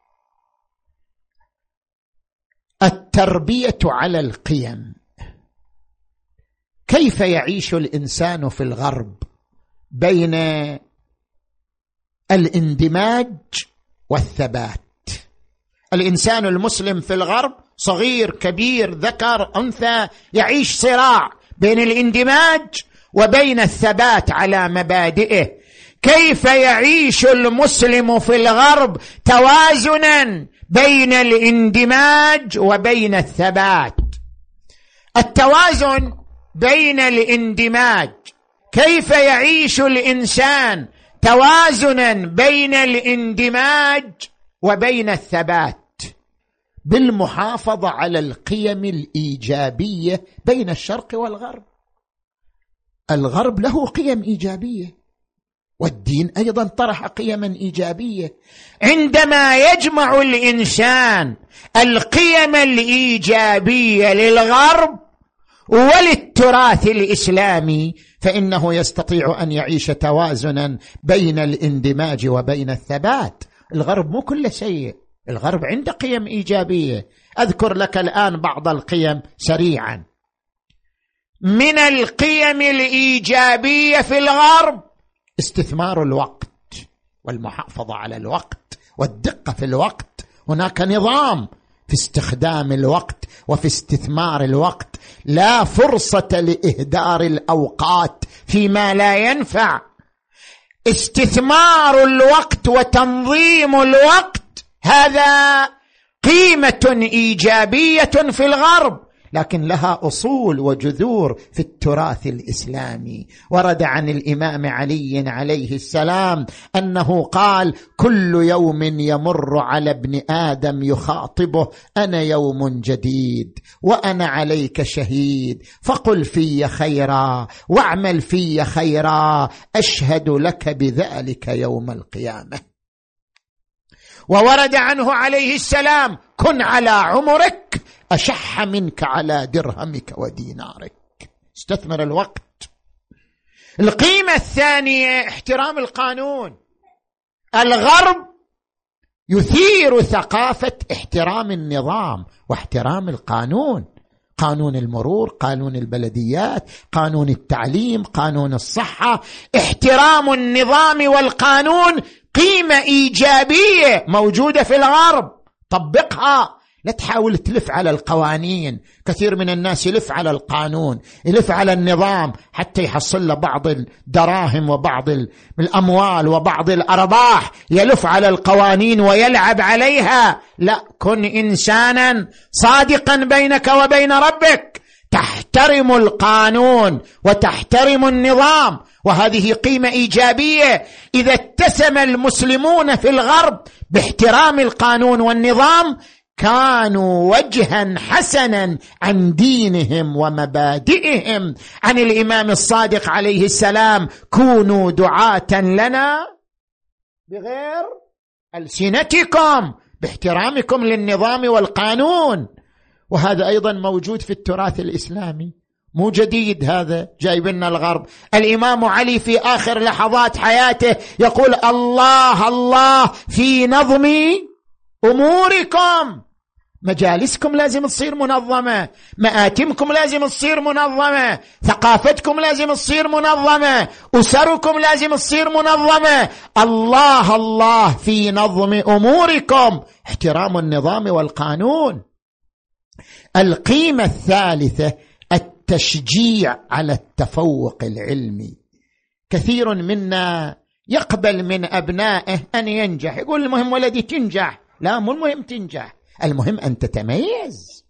التربية على القيم. كيف يعيش الإنسان في الغرب بين الاندماج والثبات؟ الإنسان المسلم في الغرب صغير كبير ذكر أنثى يعيش صراع بين الاندماج وبين الثبات على مبادئه. كيف يعيش المسلم في الغرب توازنا بين الاندماج وبين الثبات؟ التوازن بين الاندماج، كيف يعيش الإنسان توازنا بين الاندماج وبين الثبات؟ بالمحافظة على القيم الإيجابية بين الشرق والغرب. الغرب له قيم إيجابية، والدين أيضا طرح قيما إيجابية. عندما يجمع الإنسان القيم الإيجابية للغرب وللتراث الإسلامي فإنه يستطيع أن يعيش توازنا بين الاندماج وبين الثبات. الغرب مو كل شيء، الغرب عنده قيم إيجابية. أذكر لك الآن بعض القيم سريعا. من القيم الإيجابية في الغرب استثمار الوقت والمحافظة على الوقت والدقة في الوقت. هناك نظام في استخدام الوقت وفي استثمار الوقت، لا فرصة لإهدار الأوقات فيما لا ينفع. استثمار الوقت وتنظيم الوقت هذا قيمة إيجابية في الغرب، لكن لها أصول وجذور في التراث الإسلامي. ورد عن الإمام علي عليه السلام أنه قال: كل يوم يمر على ابن آدم يخاطبه أنا يوم جديد وأنا عليك شهيد، فقل في خيرا واعمل في خيرا أشهد لك بذلك يوم القيامة. وورد عنه عليه السلام: كن على عمرك أشح منك على درهمك ودينارك. استثمر الوقت. القيمة الثانية احترام القانون. الغرب يثير ثقافة احترام النظام واحترام القانون، قانون المرور، قانون البلديات، قانون التعليم، قانون الصحة. احترام النظام والقانون قيمة إيجابية موجودة في الغرب، طبقها. لا تحاول تلف على القوانين. كثير من الناس يلف على القانون، يلف على النظام حتى يحصل له بعض الدراهم وبعض الأموال وبعض الأرباح، يلف على القوانين ويلعب عليها. لا، كن إنسانا صادقا بينك وبين ربك، تحترم القانون وتحترم النظام، وهذه قيمة إيجابية. إذا اتسم المسلمون في الغرب باحترام القانون والنظام كانوا وجها حسنا عن دينهم ومبادئهم. عن الإمام الصادق عليه السلام: كونوا دعاة لنا بغير ألسنتكم، باحترامكم للنظام والقانون. وهذا أيضا موجود في التراث الإسلامي، مو جديد، هذا جايب لنا الغرب. الإمام علي في آخر لحظات حياته يقول: الله الله في نظم أموركم. مجالسكم لازم تصير منظمة، مآتمكم لازم تصير منظمة، ثقافتكم لازم تصير منظمة، أسركم لازم تصير منظمة. الله الله في نظم أموركم، احترام النظام والقانون. القيمة الثالثة التشجيع على التفوق العلمي. كثير منا يقبل من أبنائه أن ينجح، يقول المهم ولدي تنجح. لا، مو المهم تنجح، المهم أن تتميز.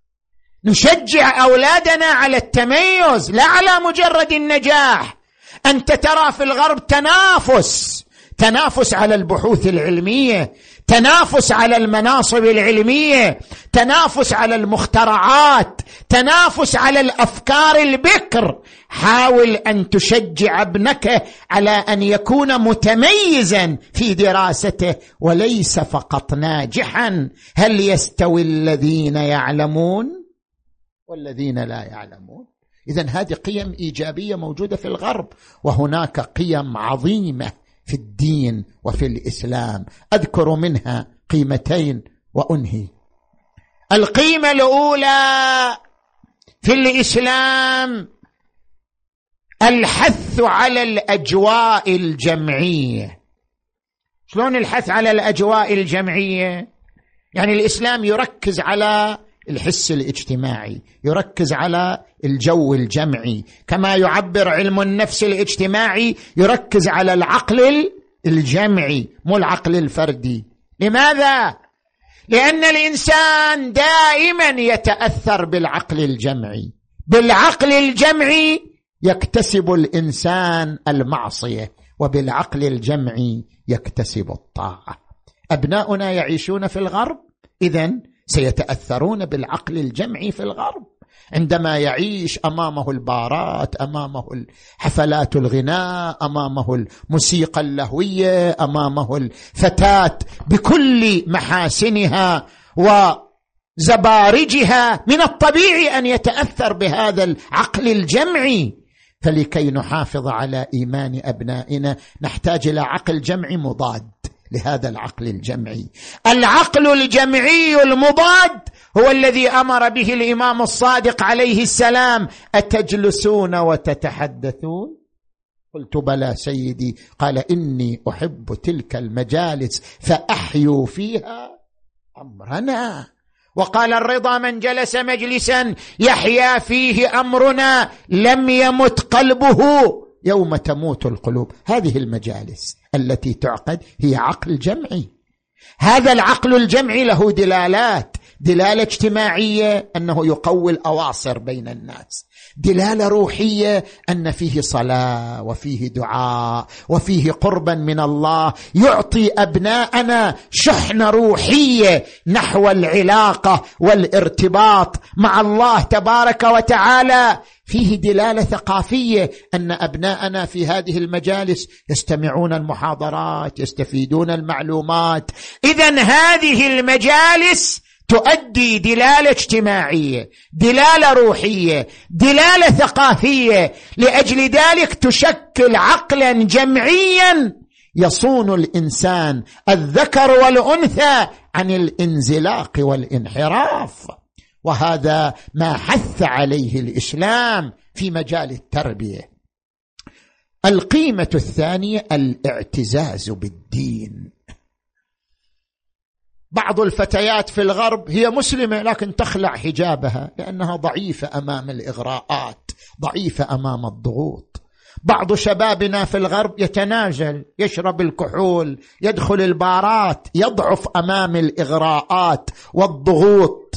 نشجع أولادنا على التميز لا على مجرد النجاح. أنت ترى في الغرب تنافس، تنافس على البحوث العلمية، تنافس على المناصب العلمية، تنافس على المخترعات، تنافس على الأفكار البكر. حاول أن تشجع ابنك على أن يكون متميزا في دراسته وليس فقط ناجحا. هل يستوي الذين يعلمون والذين لا يعلمون؟ إذن هذه قيم إيجابية موجودة في الغرب، وهناك قيم عظيمة في الدين وفي الإسلام. أذكر منها قيمتين وأنهي. القيمة الأولى في الإسلام الحث على الأجواء الجمعية. شلون الحث على الأجواء الجمعية؟ يعني الإسلام يركز على الحس الاجتماعي، يركز على الجو الجمعي، كما يعبر علم النفس الاجتماعي يركز على العقل الجمعي مو العقل الفردي. لماذا؟ لأن الإنسان دائما يتأثر بالعقل الجمعي. بالعقل الجمعي يكتسب الإنسان المعصية، وبالعقل الجمعي يكتسب الطاعة. أبناؤنا يعيشون في الغرب، إذن سيتأثرون بالعقل الجمعي في الغرب. عندما يعيش أمامه البارات، أمامه حفلات الغناء، أمامه الموسيقى اللهوية، أمامه الفتاة بكل محاسنها وزبارجها، من الطبيعي أن يتأثر بهذا العقل الجمعي. فلكي نحافظ على إيمان أبنائنا نحتاج إلى عقل جمعي مضاد لهذا العقل الجمعي. العقل الجمعي المضاد هو الذي أمر به الإمام الصادق عليه السلام: أتجلسون وتتحدثون؟ قلت بلى سيدي. قال: إني أحب تلك المجالس فأحيوا فيها أمرنا. وقال الرضا: من جلس مجلسا يحيا فيه أمرنا لم يمت قلبه يوم تموت القلوب. هذه المجالس التي تعقد هي عقل جمعي. هذا العقل الجمعي له دلالات: دلالة اجتماعية أنه يقوي الأواصر بين الناس، دلالة روحية أن فيه صلاة وفيه دعاء وفيه قربا من الله، يعطي أبناءنا شحنة روحية نحو العلاقة والارتباط مع الله تبارك وتعالى. فيه دلالة ثقافية أن أبناءنا في هذه المجالس يستمعون المحاضرات، يستفيدون المعلومات. إذن هذه المجالس تؤدي دلالة اجتماعية، دلالة روحية، دلالة ثقافية. لأجل ذلك تشكل عقلا جمعيا يصون الإنسان الذكر والأنثى عن الانزلاق والانحراف. وهذا ما حث عليه الإسلام في مجال التربية. القيمة الثانية الاعتزاز بالدين. بعض الفتيات في الغرب هي مسلمة لكن تخلع حجابها لأنها ضعيفة أمام الإغراءات، ضعيفة أمام الضغوط. بعض شبابنا في الغرب يتنازل، يشرب الكحول، يدخل البارات، يضعف أمام الإغراءات والضغوط.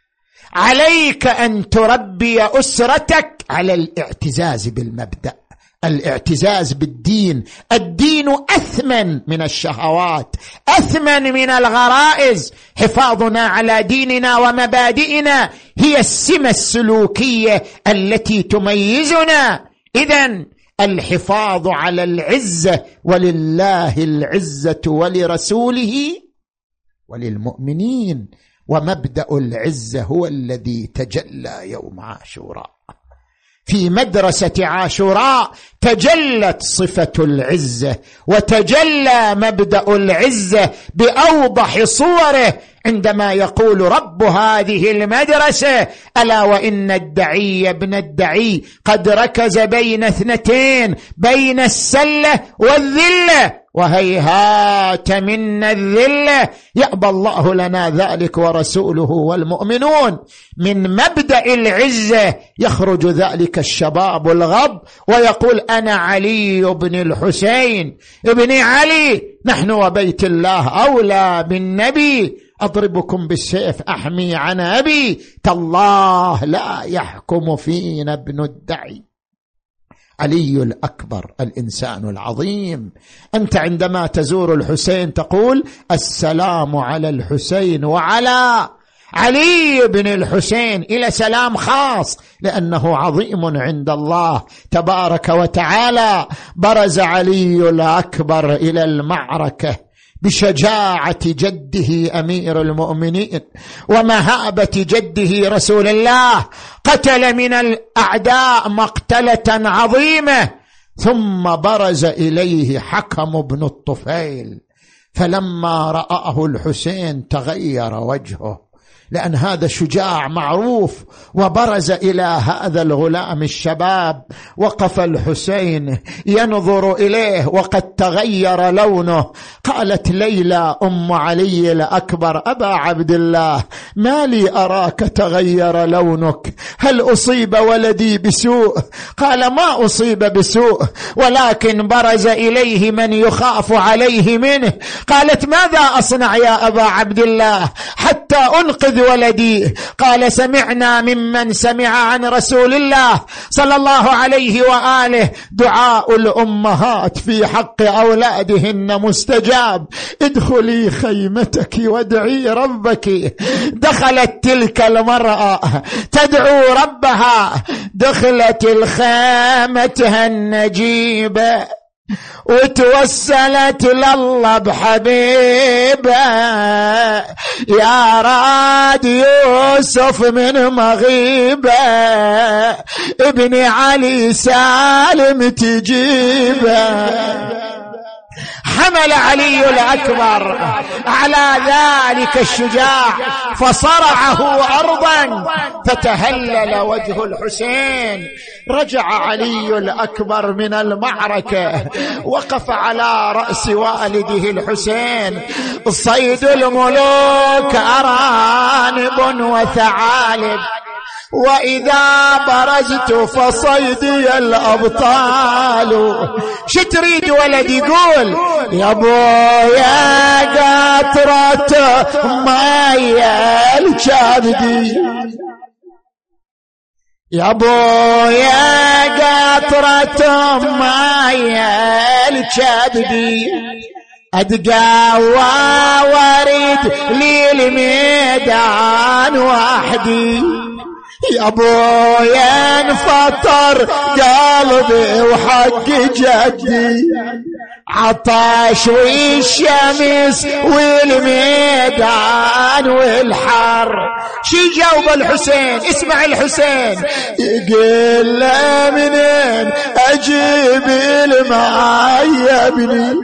عليك أن تربي أسرتك على الاعتزاز بالمبدأ، الاعتزاز بالدين. الدين أثمن من الشهوات، أثمن من الغرائز. حفاظنا على ديننا ومبادئنا هي السمة السلوكية التي تميزنا. إذن الحفاظ على العزة، ولله العزة ولرسوله وللمؤمنين. ومبدأ العزة هو الذي تجلى يوم عاشوراء. في مدرسة عاشوراء تجلت صفة العزة، وتجلى مبدأ العزة بأوضح صوره عندما يقول رب هذه المدرسة: ألا وإن الدعي ابن الدعي قد ركز بين اثنتين، بين السلة والذلة، وهيهات منا الذلة، يأبى الله لنا ذلك ورسوله والمؤمنون. من مبدأ العزة يخرج ذلك الشباب الغض ويقول: أنا علي بن الحسين ابن علي، نحن وبيت الله أولى بالنبي، أضربكم بالسيف أحمي عن أبي، تالله لا يحكم فينا ابن الدعي. علي الأكبر، الإنسان العظيم. أنت عندما تزور الحسين تقول: السلام على الحسين وعلى علي بن الحسين، إلى سلام خاص لأنه عظيم عند الله تبارك وتعالى. برز علي الأكبر إلى المعركة بشجاعة جده أمير المؤمنين ومهابة جده رسول الله، قتل من الأعداء مقتلة عظيمة. ثم برز إليه حكم بن الطفيل، فلما رآه الحسين تغير وجهه، لأن هذا شجاع معروف. وبرز إلى هذا الغلام الشباب، وقف الحسين ينظر إليه وقد تغير لونه. قالت ليلى أم علي الأكبر: أبا عبد الله، ما لي أراك تغير لونك؟ هل أصيب ولدي بسوء؟ قال: ما أصيب بسوء، ولكن برز إليه من يخاف عليه منه. قالت: ماذا أصنع يا أبا عبد الله حتى أنقذ ولدي؟ قال: سمعنا ممن سمع عن رسول الله صلى الله عليه وآله: دعاء الأمهات في حق أولادهن مستجاب، ادخلي خيمتك وادعي ربك. دخلت تلك المرأة تدعو ربها، دخلت الخيمتها النجيبة وتوسلت لله بحبيبه: يا راد يوسف من مغيبه، ابن علي سالم تجيبه. حمل علي الأكبر على ذلك الشجاع فصرعه أرضا فتهلل وجه الحسين. رجع علي الأكبر من المعركة، وقف على رأس والده الحسين: صيد الملوك أرانب وثعالب، وإذا برزت فصيدي الأبطال. شو تريد ولدي؟ قول. يا بويا قطرة مايا الكبدي، يا بويا قطرة مايا الكبدي، أتقوى وارد لي الميدان وحدي. يا ابويا انفطر قلبي وحق جدي، عطش والشمس والميدان والحر. شي جاوب الحسين؟ اسمع الحسين يقول له: منين اجيب الماء يا ابني؟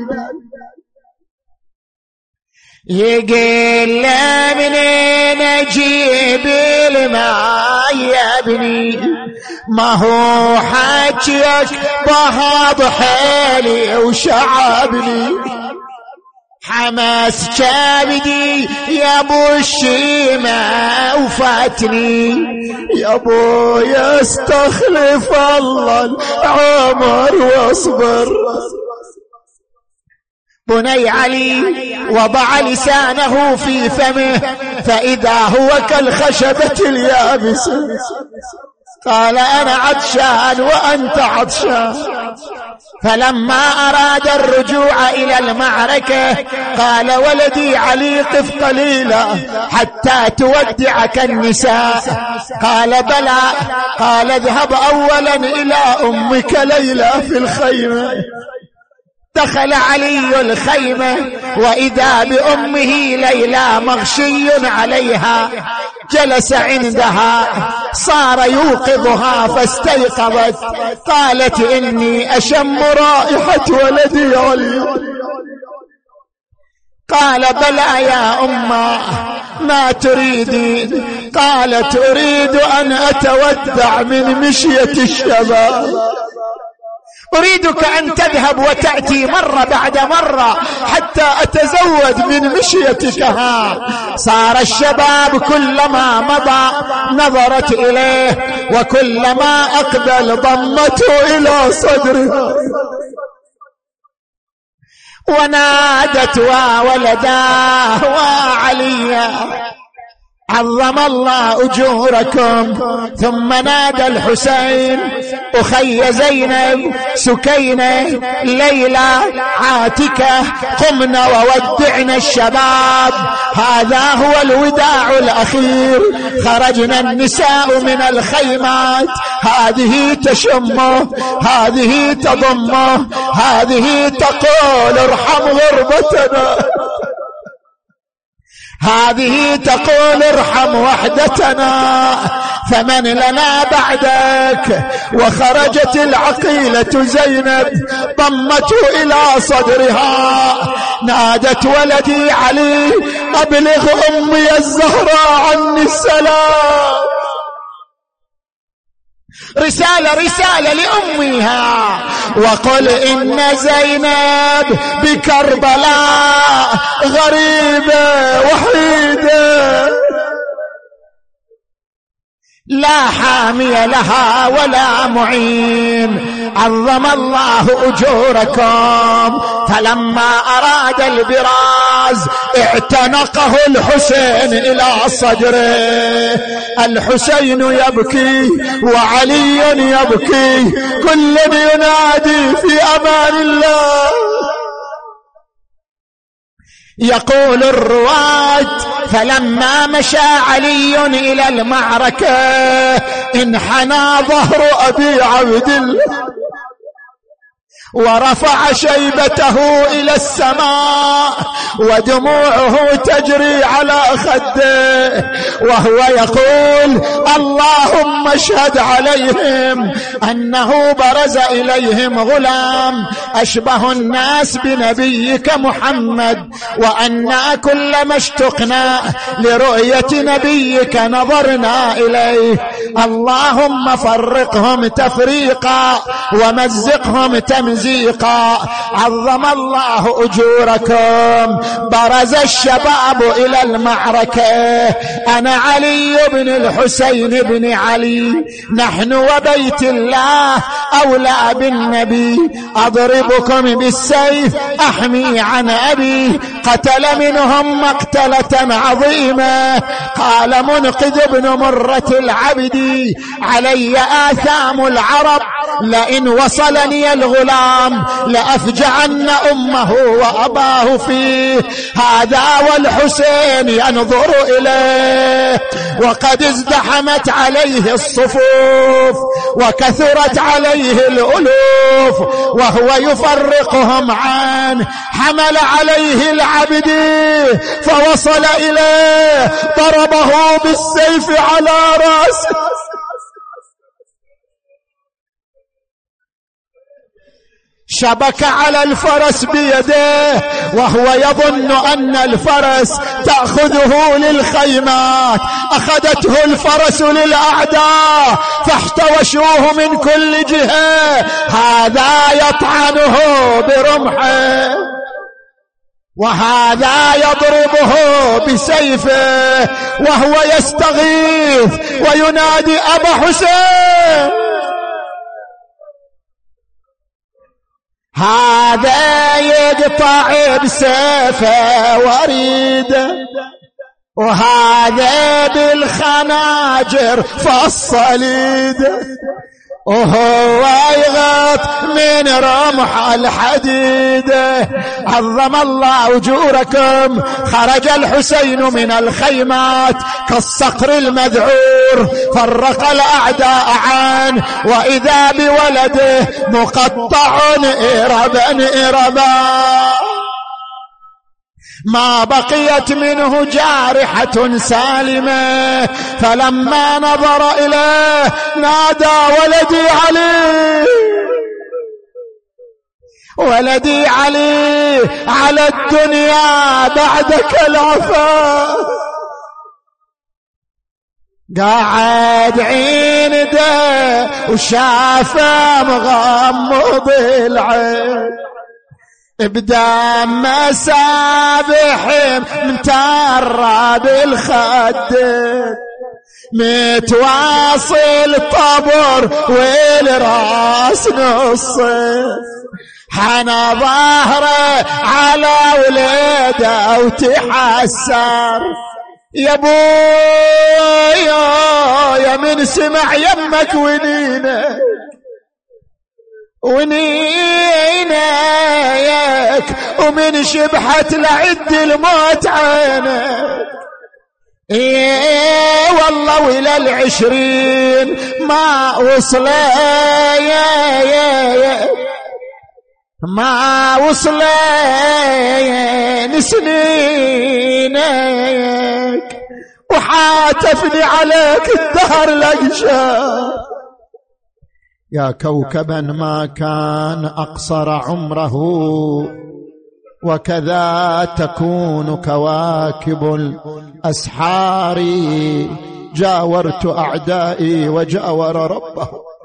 يقول له: منين اجيب الماء يا ابني؟ ما هو حجيك بهض حيلي وشعبني، حماس كبدي يا ابو الشيمة وفاتني. يا ابو يستخلف الله العمر واصبر. بني علي وضع لسانه في فمه فإذا هو كالخشبة اليابسة. قال: أنا عطشان وأنت عطشان. فلما أراد الرجوع إلى المعركة قال: ولدي علي قف قليلا حتى تودعك النساء. قال: بلى. قال: اذهب أولا إلى أمك ليلى في الخيمة. دخل علي الخيمة وإذا بأمه ليلى مغشي عليها، جلس عندها، صار يوقظها فاستيقظت. قالت: إني أشم رائحة ولدي علي. قال: بلى يا أمه، ما تريدين؟ قالت: أريد أن أتودع من مشية الشباب، أريدك أن تذهب وتأتي مرة بعد مرة حتى أتزود من مشيتك. ها صار الشباب كلما مضى نظرت إليه، وكلما أقبل ضمته إلى صدرها ونادت: وولداه وعليا، عظم الله أجوركم. ثم نادى الحسين: أخي زينب، سكينة، ليلى، عاتكة، قمنا وودعنا الشباب، هذا هو الوداع الأخير. خرجنا النساء من الخيمات، هذه تشمه، هذه تضمه، هذه تقول: ارحم غربتنا. هذه تقول ارحم وحدتنا فمن لنا بعدك. وخرجت العقيلة زينب ضمته إلى صدرها نادت ولدي علي أبلغ أمي الزهراء عني السلام. رسالة رسالة لأمها وقل إن زينب بكربلاء غريبة وحيدة لا حامي لها ولا معين عظم الله أجوركم. فلما أراد البراز اعتنقه الحسين إلى صدره. الحسين يبكي وعلي يبكي كل ينادي في أمان الله. يقول الرواة فلما مشى علي إلى المعركة انحنى ظهر أبي عبد الله ورفع شيبته إلى السماء ودموعه تجري على خده وهو يقول اللهم اشهد عليهم أنه برز إليهم غلام أشبه الناس بنبيك محمد وأنا كلما اشتقنا لرؤية نبيك نظرنا إليه. اللهم فرقهم تفريقا ومزقهم تمزيقا عظم الله أجوركم. برز الشباب إلى المعركة. أنا علي بن الحسين بن علي نحن وبيت الله أولى بالنبي أضربكم بالسيف أحمي عن أبي قتل منهم مقتلة عظيمة. قال منقذ بن مرة العبد علي آثام العرب لئن وصلني الغلام لأفجعن أمه وأباه فيه. هذا والحسين ينظر إليه وقد ازدحمت عليه الصفوف وكثرت عليه الألوف وهو يفرقهم عنه. حمل عليه العبد فوصل إليه ضربه بالسيف على رأسه شبك على الفرس بيده وهو يظن أن الفرس تأخذه للخيمات. أخذته الفرس للأعداء فاحتوشوه من كل جهة. هذا يطعنه برمحه وهذا يضربه بسيفه وهو يستغيث وينادي أبا حسين. هذا يقطع بسيفه وريده وهذا بالخناجر فالصليد وهو يغط من رمح الحديد. عظم الله أجوركم. خرج الحسين من الخيمات كالصقر المذعور فرق الأعداء عنه وإذا بولده مقطع إربا إربا ما بقيت منه جارحة سالمة. فلما نظر إليه نادى ولدي علي ولدي علي على الدنيا بعدك العفا. قاعد عنده وشافه مغمض العين بدم مسابح مترى بالخد متواصل طبر والراس نصف حنى ظهره على ولاده وتحسر. يا بويا يا من سمع يمك ونينك ونينك ومن شبحت لعد الموت عينك. ايه والله ولا العشرين ما وصل يا يا يا ما وصلين سنينك وحاتفني عليك الدهر لقشا. يا كوكبا ما كان أقصر عمره وكذا تكون كواكب الأسحار. جاورت أعدائي وجاور ربه.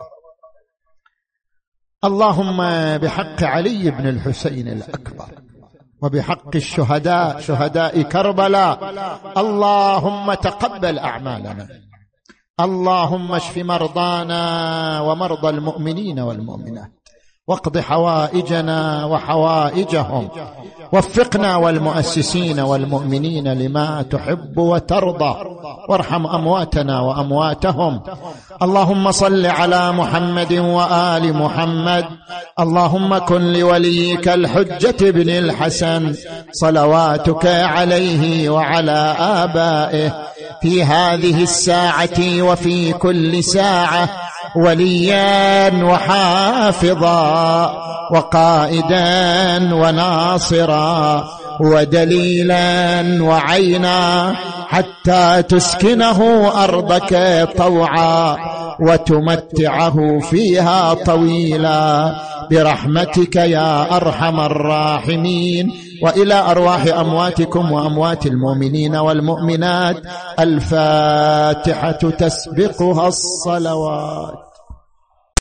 اللهم بحق علي بن الحسين الأكبر وبحق الشهداء شهداء كربلاء اللهم تقبل أعمالنا. اللهم اشف مرضانا ومرضى المؤمنين والمؤمنات واقض حوائجنا وحوائجهم. وفقنا والمؤسسين والمؤمنين لما تحب وترضى وارحم أمواتنا وأمواتهم. اللهم صل على محمد وآل محمد. اللهم كن لوليك الحجة بن الحسن صلواتك عليه وعلى آبائه في هذه الساعة وفي كل ساعة وليا وحافظا وقائدا وناصرا ودليلا وعينا حتى تسكنه أرضك طوعا وتمتعه فيها طويلا برحمتك يا أرحم الراحمين. وإلى أرواح أمواتكم وأموات المؤمنين والمؤمنات الفاتحة تسبقها الصلوات.